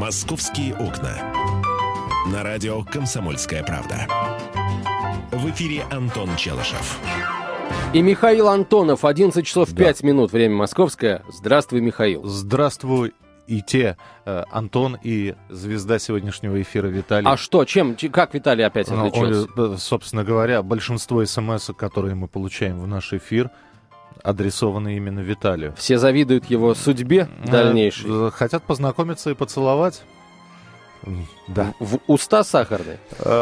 «Московские окна». На радио «Комсомольская правда». В эфире Антон Челышев. И Михаил Антонов, 11 часов 5 минут, время московское. Здравствуй, Михаил. Здравствуй, и Антон и звезда сегодняшнего эфира Виталий. А что, как Виталий опять отличился? Собственно говоря, большинство смс-ок, которые мы получаем в наш эфир, адресованы именно Виталию. Все завидуют его судьбе дальнейшей. Хотят познакомиться и поцеловать. Да. В уста сахарные?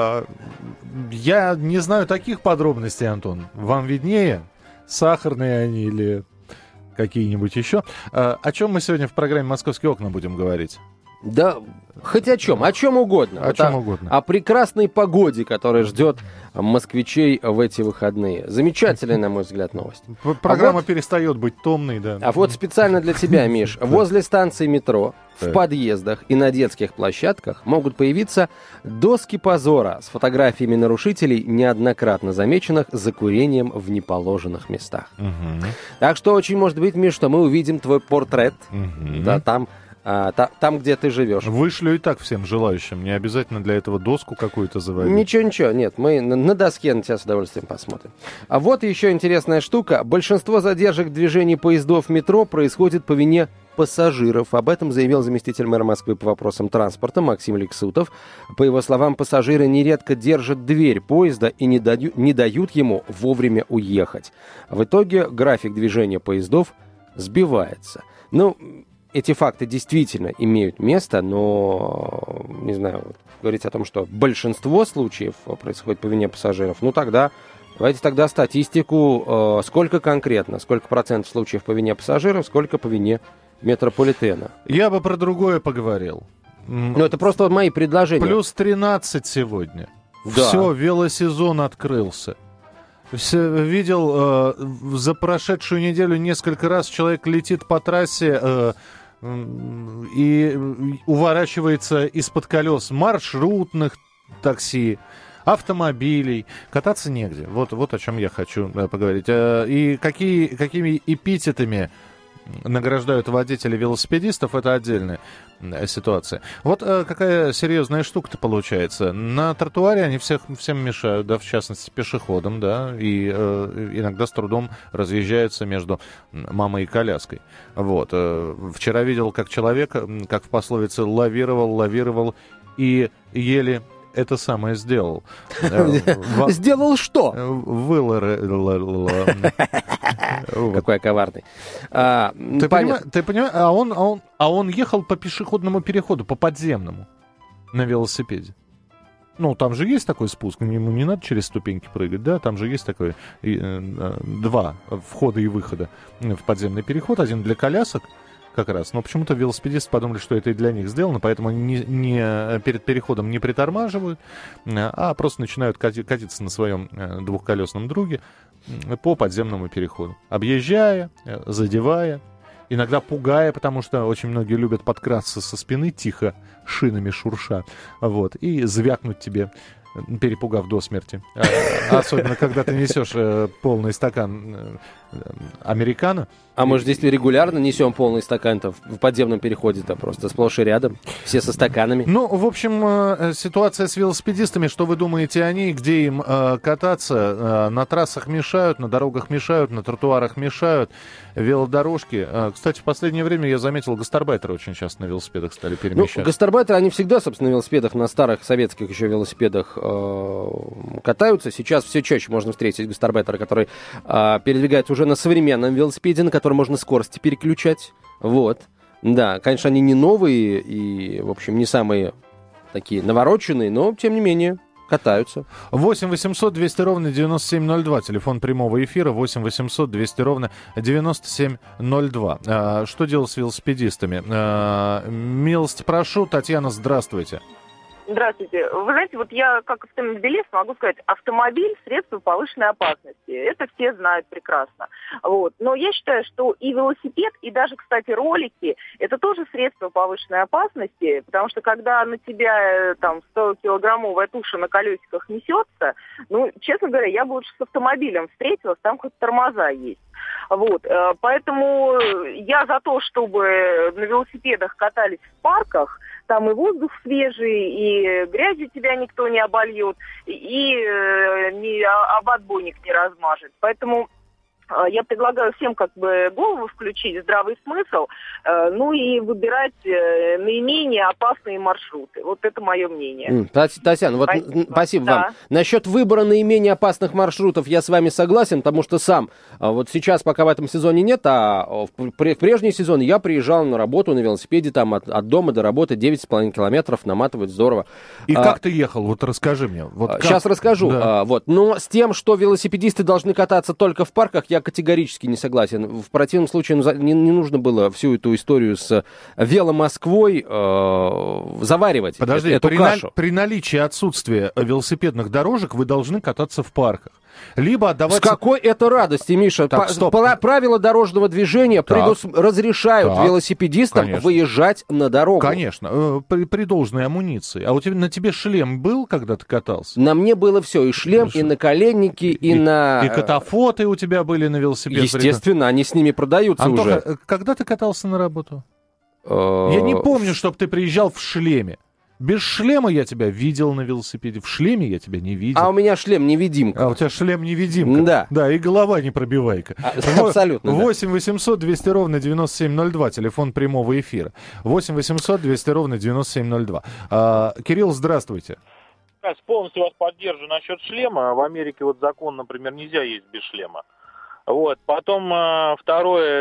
Я не знаю таких подробностей, Антон. Вам виднее, сахарные они или какие-нибудь еще. О чем мы сегодня в программе «Московские окна» будем говорить? Да, хоть о чем угодно. О прекрасной погоде, которая ждет москвичей в эти выходные. Замечательная, на мой взгляд, новость. Программа перестает быть томной, да. А вот специально для тебя, Миш, возле станции метро, в подъездах и на детских площадках могут появиться доски позора с фотографиями нарушителей, неоднократно замеченных за курением в неположенных местах. Так что очень может быть, Миш, что мы увидим твой портрет, да, там, где ты живешь. Вышлю и так всем желающим. Не обязательно для этого доску какую-то заводить. Ничего, нет. Мы на доске на тебя с удовольствием посмотрим. А вот еще интересная штука. Большинство задержек движений поездов метро происходит по вине пассажиров. Об этом заявил заместитель мэра Москвы по вопросам транспорта Максим Лексутов. По его словам, пассажиры нередко держат дверь поезда и не дают ему вовремя уехать. В итоге график движения поездов сбивается. Эти факты действительно имеют место, но, не знаю, говорить о том, что большинство случаев происходит по вине пассажиров, давайте тогда статистику, сколько конкретно, сколько процентов случаев по вине пассажиров, сколько по вине метрополитена. Я бы про другое поговорил. Это просто мои предложения. Плюс 13 сегодня. Да. Все, велосезон открылся. Видел за прошедшую неделю несколько раз человек летит по трассе и уворачивается из-под колес маршрутных такси, автомобилей. Кататься негде. Вот о чем я хочу поговорить. И какими эпитетами награждают водителей велосипедистов, это отдельная ситуация. Вот какая серьезная штука-то получается. На тротуаре они всем мешают, да, в частности пешеходам, да, и иногда с трудом разъезжаются между мамой и коляской. Вот. Вчера видел, как человек, как в пословице, лавировал и еле это самое сделал. Сделал что? Какой коварный. Ты понимаешь, он ехал по пешеходному переходу, по подземному, на велосипеде. Там же есть такой спуск, ему не надо через ступеньки прыгать, да, там же есть такой два входа и выхода в подземный переход, один для колясок, как раз. Но почему-то велосипедисты подумали, что это и для них сделано, поэтому они перед переходом не притормаживают, а просто начинают катиться на своем двухколесном друге по подземному переходу. Объезжая, задевая, иногда пугая, потому что очень многие любят подкрасться со спины, тихо, шинами шурша, вот, и звякнуть тебе, перепугав до смерти. Особенно, когда ты несешь полный стакан американо. А мы же здесь регулярно несем полный стакан-то в подземном переходе-то просто сплошь и рядом. Все со стаканами. В общем, ситуация с велосипедистами. Что вы думаете о ней? Где им кататься? На трассах мешают, на дорогах мешают, на тротуарах мешают. Велодорожки. Кстати, в последнее время я заметил, гастарбайтеры очень часто на велосипедах стали перемещаться. Гастарбайтеры, они всегда, собственно, на велосипедах, на старых советских еще велосипедах катаются. Сейчас все чаще можно встретить гастарбайтера, который передвигается уже на современном велосипеде, на котором можно скорости переключать. Вот. Да, конечно, они не новые и, в общем, не самые такие навороченные, но, тем не менее, катаются. 8 800 200 ровно 9702. Телефон прямого эфира 8 800 200 ровно 9702. Что делать с велосипедистами? Милость прошу. Татьяна, здравствуйте. Здравствуйте. Вы знаете, вот я как автомобилист могу сказать, автомобиль – средство повышенной опасности. Это все знают прекрасно. Вот. Но я считаю, что и велосипед, и даже, кстати, ролики – это тоже средство повышенной опасности, потому что когда на тебя там 100-килограммовая туша на колесиках несется, честно говоря, я бы лучше с автомобилем встретилась, там хоть тормоза есть. Вот. Поэтому я за то, чтобы на велосипедах катались в парках, там и воздух свежий, и грязью тебя никто не обольет, и об отбойник не размажет. Поэтому я предлагаю всем как бы голову включить, здравый смысл, ну и выбирать наименее опасные маршруты. Вот это мое мнение. Татьяна, вот спасибо вам. Насчет выбора наименее опасных маршрутов я с вами согласен, потому что сам вот сейчас, пока в этом сезоне нет, а в прежний сезон я приезжал на работу на велосипеде, там от дома до работы 9,5 километров, наматывать здорово. И как ты ехал? Вот расскажи мне. Вот сейчас расскажу. Да. Но с тем, что велосипедисты должны кататься только в парках, я категорически не согласен. В противном случае не нужно было всю эту историю с веломосквой заваривать. Подожди, эту кашу. При наличии отсутствия велосипедных дорожек вы должны кататься в парках. Либо отдавать... С какой это радости, Миша? Правила дорожного движения разрешают велосипедистам выезжать на дорогу. Конечно, при должной амуниции. А на тебе шлем был, когда ты катался? На мне было все. И шлем, и наколенники, и на... И катафоты у тебя были на велосипеде. Естественно, они с ними продаются Антоха, уже. Когда ты катался на работу? Я не помню, чтобы ты приезжал в шлеме. Без шлема я тебя видел на велосипеде. В шлеме я тебя не видел. А у меня шлем-невидимка. А у тебя шлем-невидимка. Да. Да, и голова не пробивайка. Абсолютно. 8 800 200 ровно 9702. Телефон прямого эфира. 8 800 200 ровно 9702. Кирилл, здравствуйте. Полностью вас поддерживаю насчет шлема. В Америке вот закон, например, нельзя ездить без шлема. Вот. Потом второе,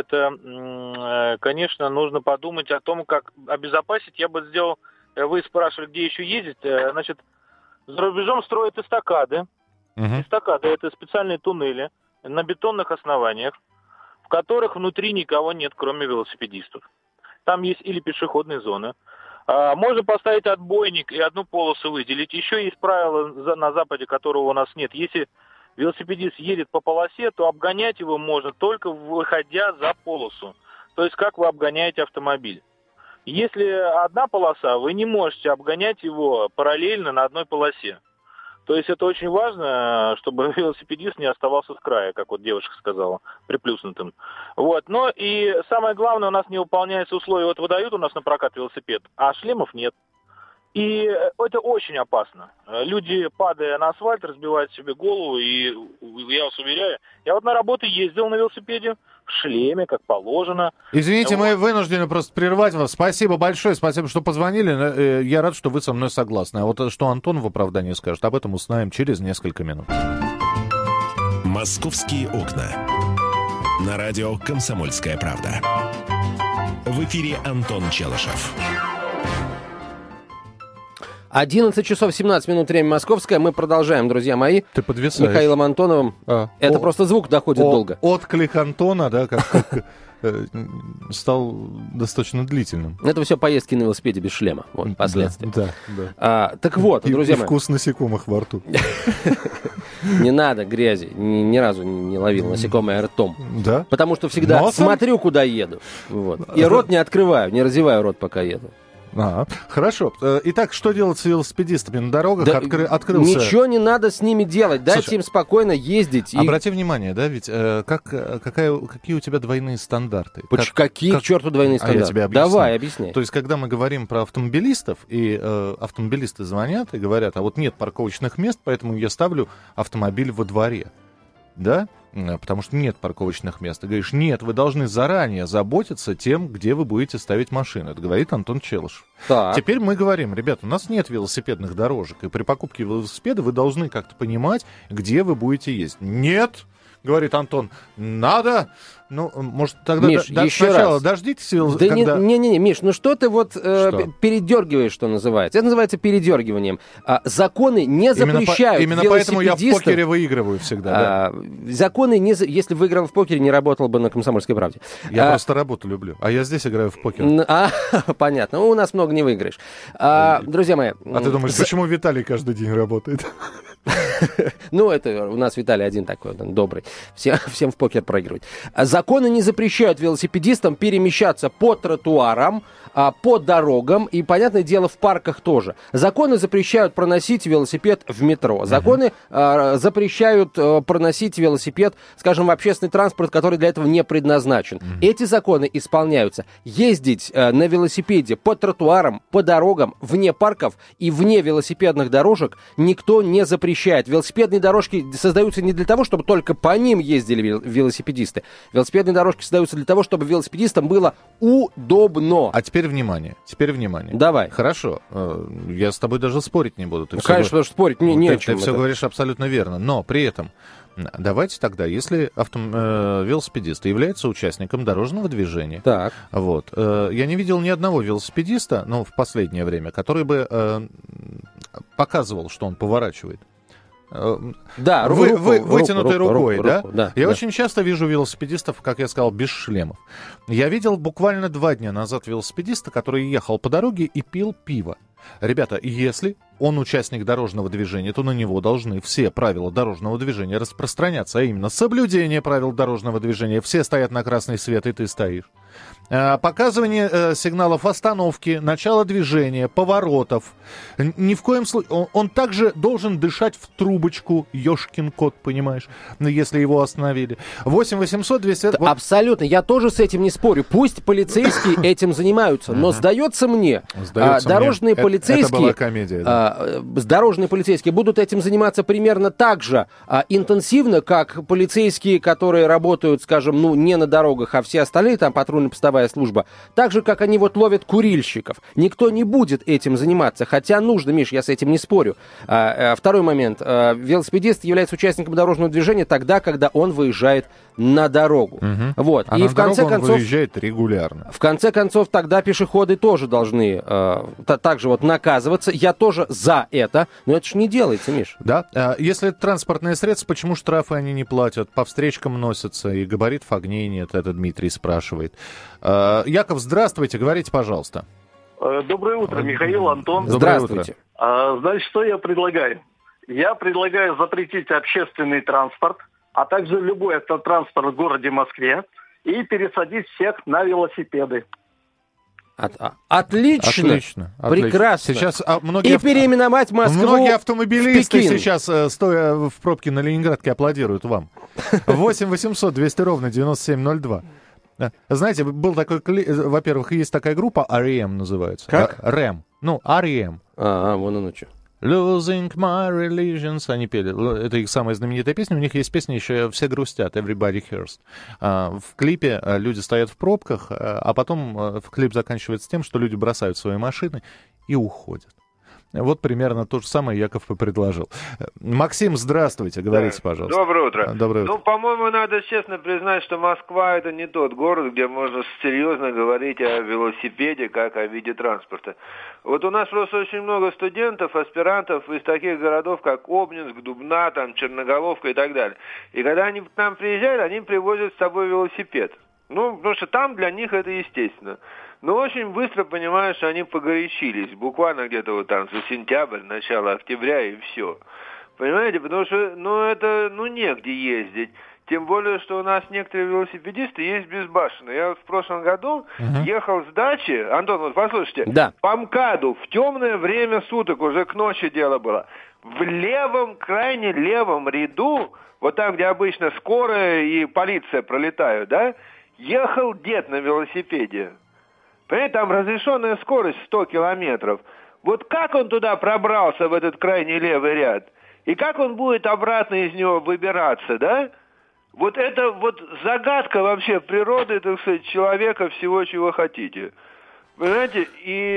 это, конечно, нужно подумать о том, как обезопасить. Я бы сделал... Вы спрашивали, где еще ездить. Значит, за рубежом строят эстакады. Эстакады – это специальные туннели на бетонных основаниях, в которых внутри никого нет, кроме велосипедистов. Там есть или пешеходные зоны. Можно поставить отбойник и одну полосу выделить. Еще есть правило на Западе, которого у нас нет. Если велосипедист едет по полосе, то обгонять его можно только выходя за полосу. То есть как вы обгоняете автомобиль. Если одна полоса, вы не можете обгонять его параллельно на одной полосе. То есть это очень важно, чтобы велосипедист не оставался с края, как вот девушка сказала, приплюснутым. Вот. Но и самое главное, у нас не выполняются условия. Вот выдают у нас на прокат велосипед, а шлемов нет. И это очень опасно. Люди, падая на асфальт, разбивают себе голову, и я вас уверяю, я вот на работу ездил на велосипеде, в шлеме, как положено. Извините, мы вынуждены просто прервать вас. Спасибо большое, спасибо, что позвонили. Я рад, что вы со мной согласны. А вот что Антон в оправдании скажет, об этом узнаем через несколько минут. «Московские окна». На радио «Комсомольская правда». В эфире Антон Челышев. 11 часов 17 минут, время московское. Мы продолжаем, друзья мои. Ты подвисаешь. С Михаилом Антоновым. Это просто звук доходит долго. Отклик Антона, да, как стал достаточно длительным. Это все поездки на велосипеде без шлема. Вот, последствия. Да. Так вот, друзья мои. И вкус насекомых во рту. Не надо грязи. Ни разу не ловил насекомое ртом. Да? Потому что всегда смотрю, куда еду. И рот не открываю, не разеваю рот, пока еду. Хорошо. Итак, что делать с велосипедистами на дорогах? Открылся... Ничего не надо с ними делать. Дайте им спокойно ездить. Обрати внимание, да, ведь какие у тебя двойные стандарты? Какие к черту двойные стандарты? Я тебе объясню. Давай, объясняй. То есть, когда мы говорим про автомобилистов, и автомобилисты звонят и говорят, а вот нет парковочных мест, поэтому я ставлю автомобиль во дворе. Да? Потому что нет парковочных мест. Ты говоришь, нет, вы должны заранее заботиться тем, где вы будете ставить машину. Это говорит Антон Челышев. Так. Теперь мы говорим, ребят, у нас нет велосипедных дорожек, и при покупке велосипеда вы должны как-то понимать, где вы будете ездить. Нет, говорит Антон, надо... Ну, может, тогда Миш, сначала дождитесь, да когда... Не, Миш, ну что ты вот передергиваешь, что называется? Это называется передергиванием. Законы не запрещают именно поэтому я в покере выигрываю всегда. Законы не... Если выиграл в покере, не работал бы на «Комсомольской правде». Я просто работу люблю, а я здесь играю в покер. Понятно. У нас много не выиграешь. Друзья мои... А ты думаешь, почему Виталий каждый день работает? Ну, это у нас Виталий один такой, он добрый. Всем в покер проигрывать. Законы не запрещают велосипедистам перемещаться по тротуарам, по дорогам и, понятное дело, в парках тоже. Законы запрещают проносить велосипед в метро. Законы запрещают проносить велосипед, скажем, в общественный транспорт, который для этого не предназначен. Эти законы исполняются. Ездить на велосипеде по тротуарам, по дорогам, вне парков и вне велосипедных дорожек никто не запрещает. Велосипедные дорожки создаются не для того, чтобы только по ним ездили велосипедисты. Велосипедные дорожки создаются для того, чтобы велосипедистам было удобно. А теперь внимание. Давай. Хорошо. Я с тобой даже спорить не буду. Конечно, потому что спорить не о чем. Ты все говоришь абсолютно верно. Но при этом давайте тогда, если велосипедист является участником дорожного движения, так. Вот, я не видел ни одного велосипедиста, ну, в последнее время, который бы показывал, что он поворачивает. Да, вытянутой рукой, да? Да? Я очень часто вижу велосипедистов, как я сказал, без шлемов. Я видел буквально 2 дня назад велосипедиста, который ехал по дороге и пил пиво. Ребята, если он участник дорожного движения, то на него должны все правила дорожного движения распространяться, а именно соблюдение правил дорожного движения. Все стоят на красный свет, и ты стоишь. Показывание сигналов остановки, начала движения, поворотов. Ни в коем случае... Он также должен дышать в трубочку, ёшкин кот, понимаешь, если его остановили. 8 800 200... Абсолютно, я тоже с этим не спорю. Пусть полицейские этим занимаются, но сдается мне, дорожные полицейские... Это была комедия, да. Дорожные полицейские будут этим заниматься примерно так же интенсивно, как полицейские, которые работают, скажем, ну, не на дорогах, а все остальные, там, патрульно-постовая служба, так же, как они вот ловят курильщиков. Никто не будет этим заниматься, хотя нужно, Миш, я с этим не спорю. Второй момент. Велосипедист является участником дорожного движения тогда, когда он выезжает на дорогу. Вот. А и на в конце дорогу он концов, выезжает регулярно. В конце концов, тогда пешеходы тоже должны также вот наказываться. Я тоже за это, но это же не делается, Миш. Да. Если это транспортное средство, почему штрафы они не платят? По встречкам носятся, и габаритов огней нет, это Дмитрий спрашивает. Яков, здравствуйте, говорите, пожалуйста. Доброе утро, Михаил, Антон. Здравствуйте. Значит, что я предлагаю? Я предлагаю запретить общественный транспорт, а также любой автотранспорт в городе Москве и пересадить всех на велосипеды. Отлично. Прекрасно. Сейчас и переименовать Москву. Многие автомобилисты в Пекин. сейчас, стоя в пробке на Ленинградке, аплодируют вам. 8 800 200 ровно 9702. Знаете, был такой во-первых, есть такая группа, R.E.M. называется. Как? R.E.M. Ну, R.E.M. Вон оно что. Losing my religions. Они пели. Это их самая знаменитая песня. У них есть песня еще «Все грустят», Everybody hurts. В клипе люди стоят в пробках, а потом клип заканчивается тем, что люди бросают свои машины и уходят. Вот примерно то же самое Яков и предложил. Максим, здравствуйте, говорите, пожалуйста. Доброе утро. Доброе утро. Ну, по-моему, надо честно признать, что Москва — это не тот город, где можно серьезно говорить о велосипеде как о виде транспорта. Вот у нас просто очень много студентов, аспирантов из таких городов, как Обнинск, Дубна, там, Черноголовка и так далее. И когда они к нам приезжают, они привозят с собой велосипед. Ну, потому что там для них это естественно. Но очень быстро понимаю, что они погорячились. Буквально где-то вот там за сентябрь, начало октября и все. Понимаете? Потому что, негде ездить. Тем более, что у нас некоторые велосипедисты есть безбашенные. Я вот в прошлом году ехал с дачи, Антон, вот послушайте, по МКАДу в темное время суток, уже к ночи дело было, в левом, крайне левом ряду, вот там, где обычно скорая и полиция пролетают, да, ехал дед на велосипеде. Понимаете, там разрешенная скорость 100 километров. Вот как он туда пробрался, в этот крайний левый ряд? И как он будет обратно из него выбираться, да? Вот это вот загадка вообще природы, так сказать, человека, всего, чего хотите. Понимаете? И,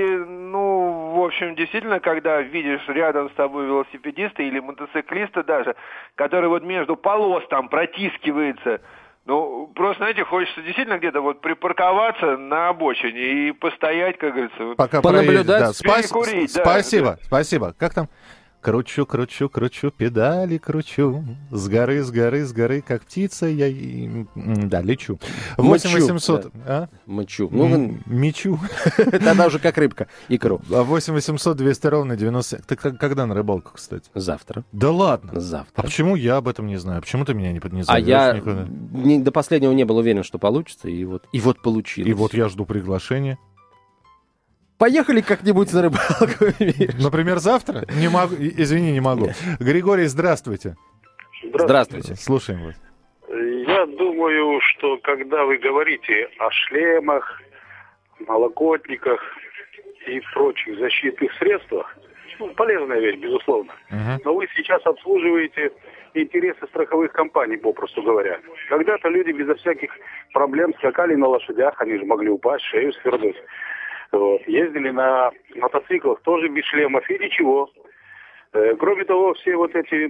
в общем, действительно, когда видишь рядом с тобой велосипедиста или мотоциклиста даже, который вот между полос там протискивается... просто, знаете, хочется действительно где-то вот припарковаться на обочине и постоять, как говорится. Пока понаблюдать, проедет, да. Спасибо. Как Кручу, кручу, кручу, педали кручу. С горы, как птица я... Да, лечу. 8800... Мочу. Мечу. Тогда уже как рыбка. Икру. 8800 200 ровно 90... Ты когда на рыбалку, кстати? Завтра. Да ладно? Завтра. А почему я об этом не знаю? Почему ты меня не зовешь? А я до последнего не был уверен, что получится, и вот получилось. И вот я жду приглашения. Поехали как-нибудь на рыбалку. Например, завтра? Не могу. Извини, не могу. Григорий, здравствуйте. Здравствуйте. Слушаем вас. Я думаю, что когда вы говорите о шлемах, налокотниках и прочих защитных средствах, полезная вещь, безусловно. Но вы сейчас обслуживаете интересы страховых компаний, попросту говоря. Когда-то люди безо всяких проблем скакали на лошадях, они же могли упасть, шею свернуть. Вот. Ездили на мотоциклах тоже без шлемов и ничего. Кроме того, все вот эти...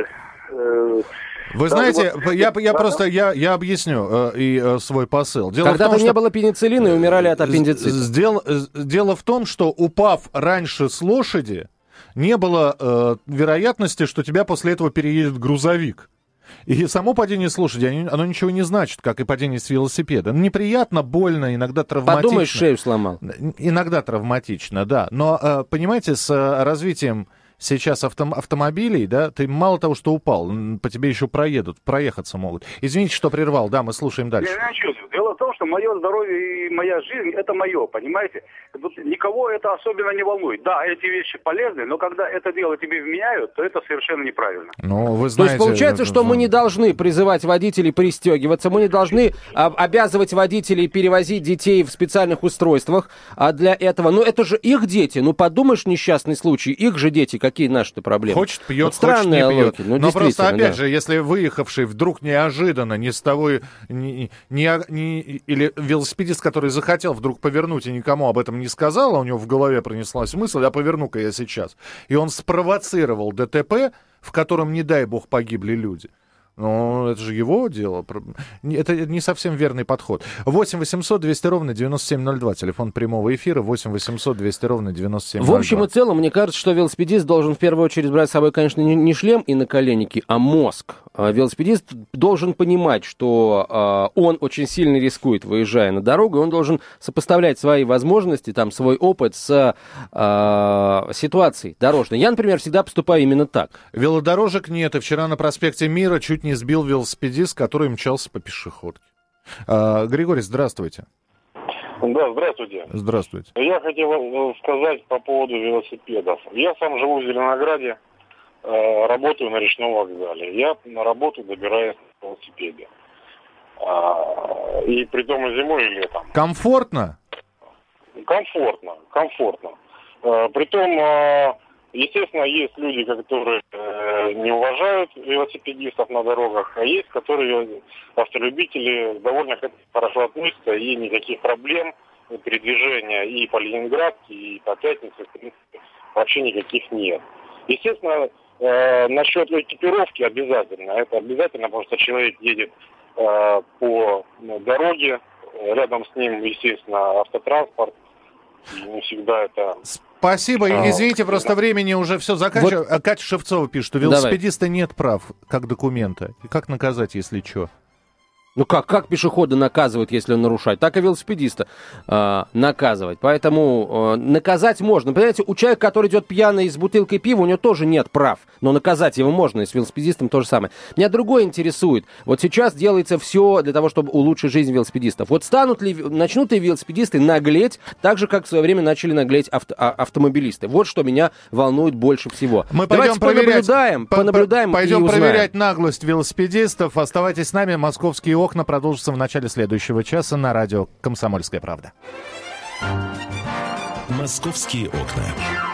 Вы знаете, я объясню свой посыл. Когда-то не было пенициллина и умирали от аппендицита. Дело в том, что упав раньше с лошади, не было вероятности, что тебя после этого переедет грузовик. И само падение с лошади, оно ничего не значит, как и падение с велосипеда. Неприятно, больно, иногда травматично. Подумаешь, шею сломал. Иногда травматично, да. Но, понимаете, с развитием сейчас автомобилей, да, ты мало того, что упал, по тебе еще проехаться могут. Извините, что прервал, да, мы слушаем дальше. Дело в том, что мое здоровье и моя жизнь, это мое, понимаете? Тут никого это особенно не волнует. Да, эти вещи полезны, но когда это дело тебе вменяют, то это совершенно неправильно. Ну, вы знаете, то есть получается, что мы не должны призывать водителей пристегиваться, мы не должны обязывать водителей перевозить детей в специальных устройствах, а для этого, это же их дети, подумаешь, несчастный случай, их же дети, какие наши-то проблемы? Хочет пьет, хочет не пьет. Но просто, опять же, если выехавший вдруг неожиданно, ни с того, или велосипедист, который захотел вдруг повернуть и никому об этом не сказал, а у него в голове пронеслась мысль, а поверну-ка я сейчас. И он спровоцировал ДТП, в котором, не дай бог, погибли люди. Ну, это же его дело. Это не совсем верный подход. 8 800 200 ровно 9702. Телефон прямого эфира. 8 800 200 ровно 9702. В общем и целом, мне кажется, что велосипедист должен в первую очередь брать с собой, конечно, не шлем и наколенники, а мозг. Велосипедист должен понимать, что он очень сильно рискует, выезжая на дорогу, и он должен сопоставлять свои возможности, свой опыт с ситуацией дорожной. Я, например, всегда поступаю именно так. Велодорожек нет, и вчера на проспекте Мира чуть не сбил велосипедист, который мчался по пешеходке. Григорий, здравствуйте. Да, здравствуйте. Здравствуйте. Я хотел сказать по поводу велосипедов. Я сам живу в Зеленограде, работаю на речном вокзале. Я на работу добираюсь на велосипеде. И притом и зимой, и летом. Комфортно? Комфортно. Притом... Естественно, есть люди, которые не уважают велосипедистов на дорогах, а есть, которые автолюбители довольно хорошо относятся, и никаких проблем передвижения и по Ленинградке, и по Пятнице, в принципе, вообще никаких нет. Естественно, насчет экипировки обязательно. Это обязательно, потому что человек едет по дороге, рядом с ним, естественно, автотранспорт, и не всегда это... Спасибо. Извините, просто времени уже все заканчивается. Вот. Катя Шевцова пишет, что велосипедиста нет прав как документа. И как наказать, если что? Как пешехода наказывают, если он нарушает? Так и велосипедиста наказывать. Поэтому наказать можно. Понимаете, у человека, который идет пьяный с бутылкой пива, у него тоже нет прав. Но наказать его можно, и с велосипедистом то же самое. Меня другое интересует. Вот сейчас делается все для того, чтобы улучшить жизнь велосипедистов. Вот начнут ли велосипедисты наглеть так же, как в свое время начали наглеть автомобилисты? Вот что меня волнует больше всего. Мы пойдем понаблюдаем пойдем проверять наглость велосипедистов. Оставайтесь с нами. Московские окна продолжится в начале следующего часа на радио «Комсомольская правда». «Московские окна».